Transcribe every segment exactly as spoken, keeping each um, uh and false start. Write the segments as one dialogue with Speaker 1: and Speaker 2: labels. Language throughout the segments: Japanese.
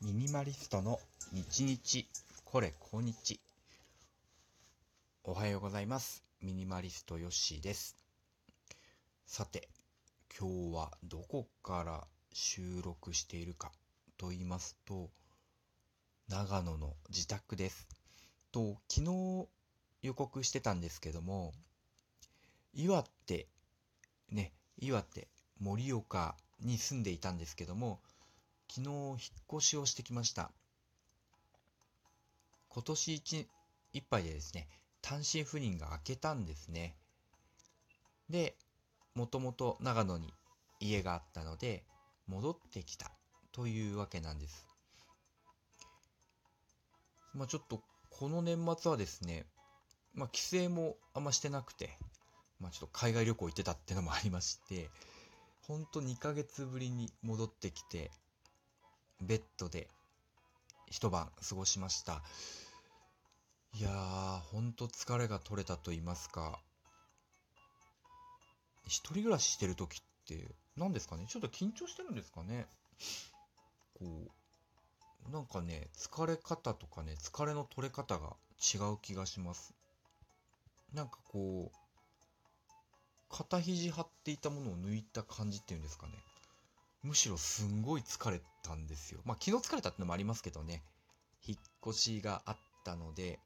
Speaker 1: ミニマリストの日日これ今日。おはようございます。ミニマリストヨッシーです。さて、今日はどこから収録しているかと言いますと、長野の自宅です。と昨日予告してたんですけども、岩手ね岩手盛岡に住んでいたんですけども、昨日引っ越しをしてきました。今年一いっぱいでですね、単身赴任が明けたんですね。で、もともと長野に家があったので戻ってきたというわけなんです。まあちょっとこの年末はですね、まあ帰省もあんましてなくて、まあちょっと海外旅行行ってたってのもありまして、ほんとにかげつぶりに戻ってきて、ベッドで一晩過ごしました。いやー、ほんと疲れが取れたと言いますか、一人暮らししてる時って何ですかね、ちょっと緊張してるんですかね。こうなんかね、疲れ方とかね、疲れの取れ方が違う気がします。なんかこう肩肘張っていたものを抜いた感じっていうんですかね。むしろすんごい疲れたんですよ。まあ昨日疲れたってのもありますけどね、引っ越しがあったので、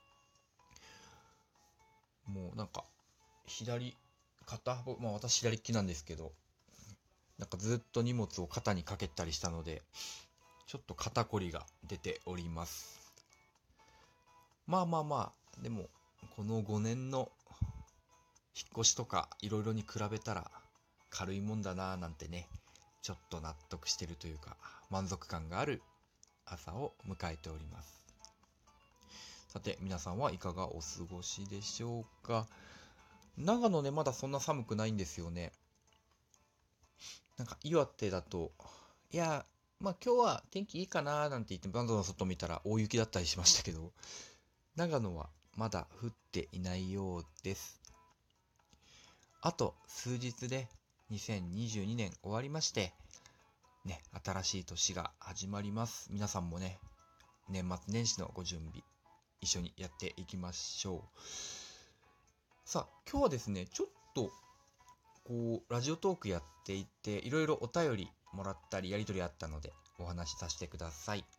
Speaker 1: もうなんか左片方、まあ私左利きなんですけど、なんかずっと荷物を肩にかけたりしたので、ちょっと肩こりが出ております。まあまあまあ、でもこのごねんの引っ越しとかいろいろに比べたら軽いもんだなぁなんてね、ちょっと納得してるというか満足感がある朝を迎えております。さて皆さんはいかがお過ごしでしょうか。長野ね、まだそんな寒くないんですよね。なんか岩手だと、いやまあ今日は天気いいかなーなんて言ってバンドの外見たら大雪だったりしましたけど、長野はまだ降っていないようです。あと数日でにせんにじゅうにねん終わりまして、ね、新しい年が始まります。皆さんもね、年末年始のご準備、一緒にやっていきましょう。さあ、今日はですね、ちょっと、こう、ラジオトークやっていて、いろいろお便りもらったり、やりとりあったので、お話しさせてください。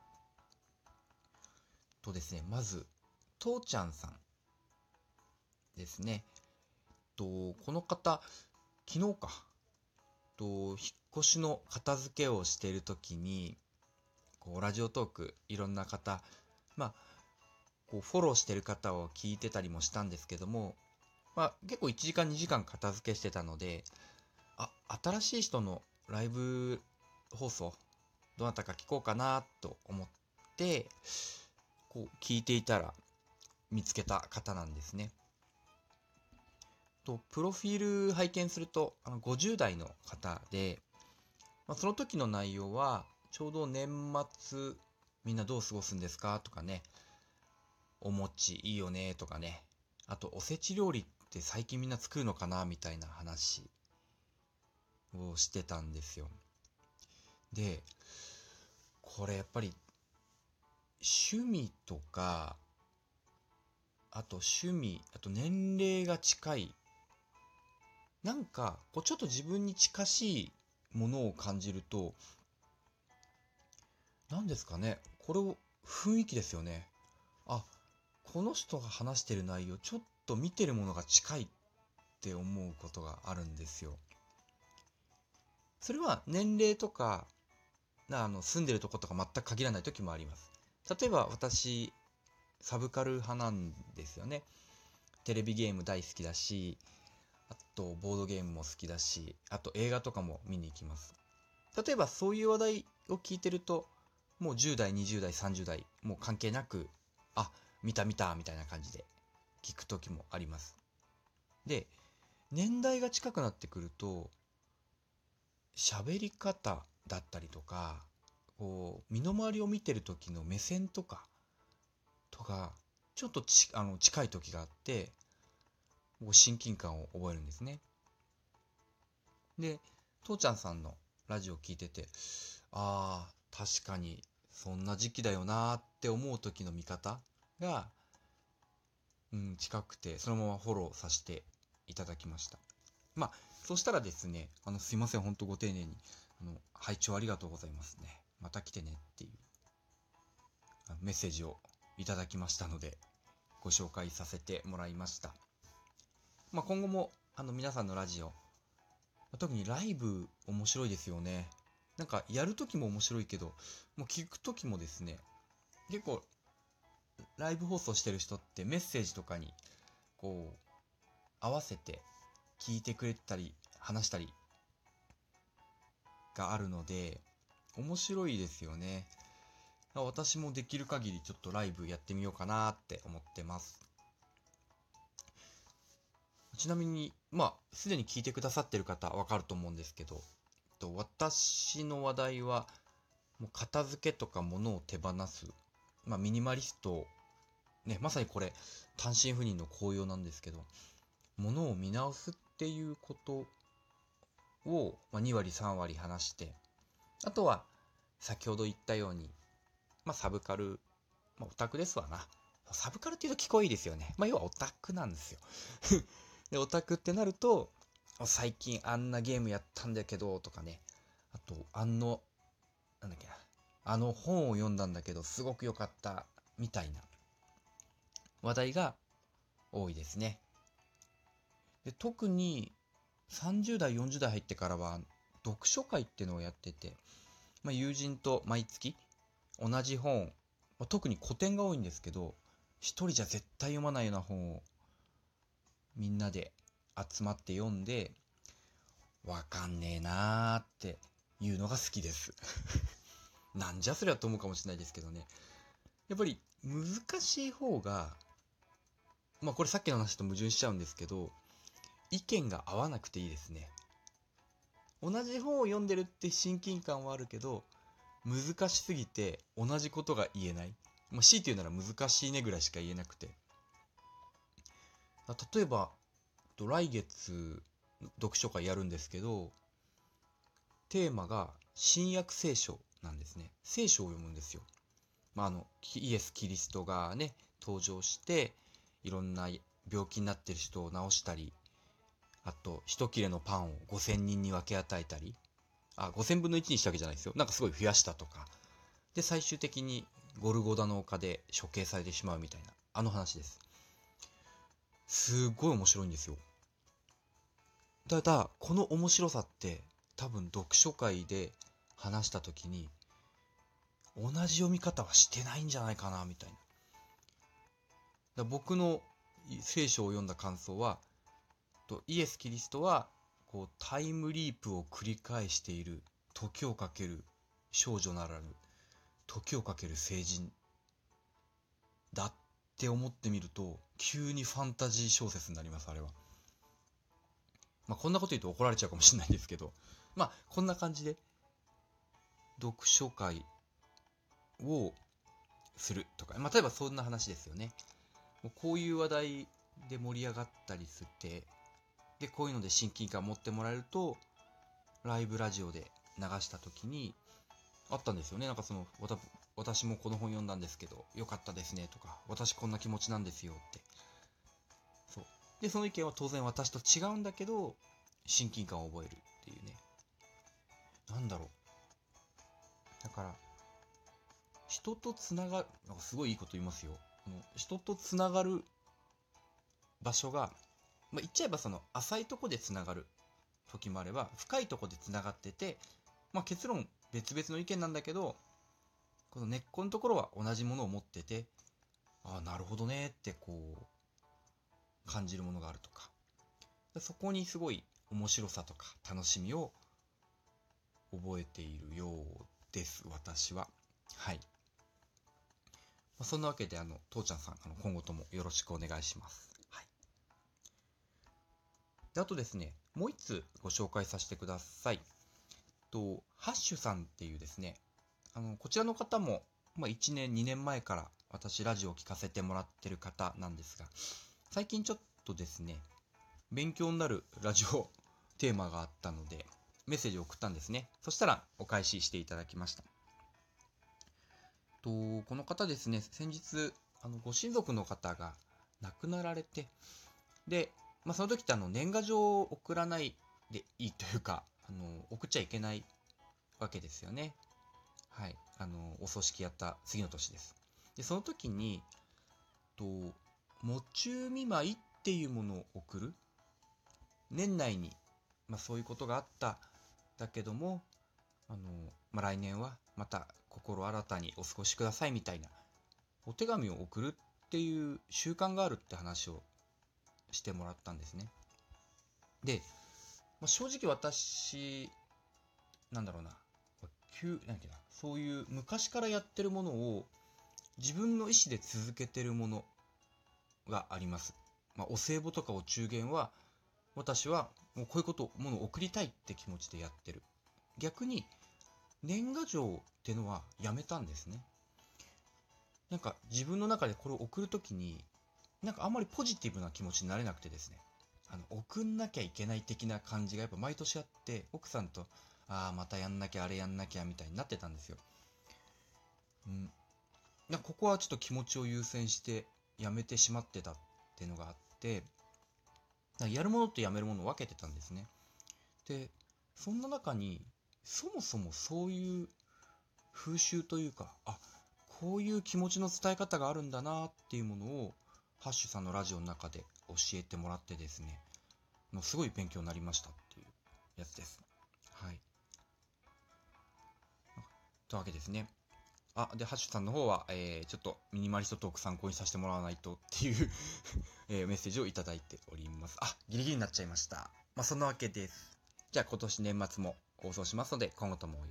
Speaker 1: とですね、まず、とうちゃんさんですね。と、この方、昨日か、と、引っ越しの片付けをしているときに、こうラジオトークいろんな方、まあこうフォローしてる方を聞いてたりもしたんですけども、まあ結構いちじかんにじかん片付けしてたので、あ、新しい人のライブ放送どなたか聞こうかなと思ってこう聞いていたら見つけた方なんですね。とプロフィール拝見するとあのごじゅう代の方で、まあ、その時の内容はちょうど年末みんなどう過ごすんですかとかね、お餅いいよねとかね、あとおせち料理って最近みんな作るのかなみたいな話をしてたんですよ。で、これやっぱり趣味とか、あと趣味、あと年齢が近い、なんかこうちょっと自分に近しいものを感じると、何ですかね、これを雰囲気ですよね。あ、この人が話してる内容ちょっと見てるものが近いって思うことがあるんですよ。それは年齢とかあの住んでるとことか全く限らない時もあります。例えば私サブカル派なんですよね。テレビゲーム大好きだし、あとボードゲームも好きだし、あと映画とかも見に行きます。例えばそういう話題を聞いてると、もうじゅう代にじゅう代さんじゅう代もう関係なく、あ、見た見たみたいな感じで聞く時もあります。で、年代が近くなってくると喋り方だったりとか、こう身の回りを見てる時の目線とかとかちょっとちあの近い時があって、もう親近感を覚えるんですね。で、父ちゃんさんのラジオを聞いてて、ああ確かにそんな時期だよなーって思う時の見方が、うん、近くて、そのままフォローさせていただきました。まあ、そしたらですね、あの、すいません、ほんとご丁寧に、あの、拝聴ありがとうございますね。また来てねっていうメッセージをいただきましたので、ご紹介させてもらいました。まあ、今後も、あの、皆さんのラジオ、特にライブ面白いですよね。なんか、やるときも面白いけど、もう聞くときもですね、結構、ライブ放送してる人ってメッセージとかに、こう、合わせて聞いてくれたり、話したりがあるので、面白いですよね。私もできる限りちょっとライブやってみようかなって思ってます。ちなみに、まあ、すでに聞いてくださってる方わかると思うんですけど、私の話題は、もう片付けとか物を手放す、まあ、ミニマリスト、ね、まさにこれ、単身赴任の効用なんですけど、物を見直すっていうことを、まあ、に割さん割話して、あとは、先ほど言ったように、まあ、サブカル、まあ、オタクですわな。サブカルっていうと聞こえいいですよね。まあ、要はオタクなんですよ。で、オタクってなると、最近あんなゲームやったんだけど、とかね。あと、あの、なんだっけな。あの本を読んだんだけど、すごく良かった、みたいな話題が多いですね。で、特にさんじゅう代、よんじゅう代入ってからは、読書会っていうのをやってて、まあ、友人と毎月同じ本、まあ、特に古典が多いんですけど、一人じゃ絶対読まないような本をみんなで集まって読んで、わかんねえなーっていうのが好きです。なんじゃそりゃと思うかもしれないですけどね。やっぱり難しい方が、まあこれさっきの話と矛盾しちゃうんですけど、意見が合わなくていいですね。同じ本を読んでるって親近感はあるけど、難しすぎて同じことが言えない。まあ、強いて言うなら難しいねぐらいしか言えなくて。例えば、来月読書会やるんですけど、テーマが新約聖書なんですね。聖書を読むんですよ。まあ、あの、イエス・キリストがね、登場して、いろんな病気になってる人を治したり、あと、一切れのパンをごせんにんに分け与えたり、あ、ごせんぶんのいちにしたわけじゃないですよ。なんかすごい増やしたとか。で、最終的にゴルゴダの丘で処刑されてしまうみたいな、あの話です。すごい面白いんですよ。ただ、この面白さって、多分読書会で話した時に、同じ読み方はしてないんじゃないかな、みたいな。だ僕の聖書を読んだ感想は、イエス・キリストはこうタイムリープを繰り返している時をかける少女ならぬ時をかける聖人だって思ってみると、急にファンタジー小説になります、あれは。まあこんなこと言うと怒られちゃうかもしれないんですけど、まあこんな感じで読書会をするとか、まあ例えばそんな話ですよね。こういう話題で盛り上がったりして、でこういうので親近感持ってもらえると、ライブラジオで流した時にあったんですよね。なんかその、私もこの本読んだんですけどよかったですねとか、私こんな気持ちなんですよって。そうで、その意見は当然私と違うんだけど親近感を覚えるっていうね。なんだろう、だから人とつながる、なんかすごいいいこと言いますよ。この人とつながる場所が、まあ、言っちゃえばその浅いとこでつながる時もあれば、深いとこでつながってて、まあ、結論別々の意見なんだけど、この根っこのところは同じものを持ってて、ああなるほどねってこう感じるものがあるとか、そこにすごい面白さとか楽しみを覚えているようです、私は。はい、まあ、そんなわけで、あの父ちゃんさん、あの今後ともよろしくお願いします。はい、であとですね、もう一つご紹介させてください。とハッシュさんっていうですね、あのこちらの方も、まあ、いちねんにねんまえから私ラジオを聞かせてもらってる方なんですが、最近ちょっとですね、勉強になるラジオテーマがあったのでメッセージを送ったんですね。そしたらお返ししていただきました。 とこの方ですね、先日あのご親族の方が亡くなられて、で、まあ、その時ってあの年賀状を送らないでいいというか、あの送っちゃいけないわけですよね。はい、あのお葬式やった次の年です。でその時にと喪中見舞いっていうものを送る、年内に、まあ、そういうことがあっただけども、あの、まあ、来年はまた心新たにお過ごしくださいみたいなお手紙を送るっていう習慣があるって話をしてもらったんですね。で、まあ、正直私なんだろうな、急なんていうな、そういう昔からやってるものを自分の意思で続けてるものがあります。まあ、お歳暮とかお中元は私はもうこういうことものを送りたいって気持ちでやってる。逆に年賀状ってのはやめたんですね。なんか自分の中でこれを送るときになんかあんまりポジティブな気持ちになれなくてですね、あの送んなきゃいけない的な感じがやっぱ毎年あって、奥さんとああまたやんなきゃあれやんなきゃみたいになってたんですよ。うん、なんかここはちょっと気持ちを優先してやめてしまってたっていうのがあって、なんかやるものとやめるものを分けてたんですね。でそんな中にそもそもそういう風習というか、あ、こういう気持ちの伝え方があるんだなっていうものをハッシュさんのラジオの中で教えてもらってですね、もうすごい勉強になりましたっていうやつです。はい。というわけですね。あ、で、ハッシュさんの方は、えー、ちょっとミニマリストトーク参考にさせてもらわないとっていうえー、メッセージをいただいております。あ、ギリギリになっちゃいました。まあ、そんなわけです。じゃあ今年年末も放送しますので、今後ともよ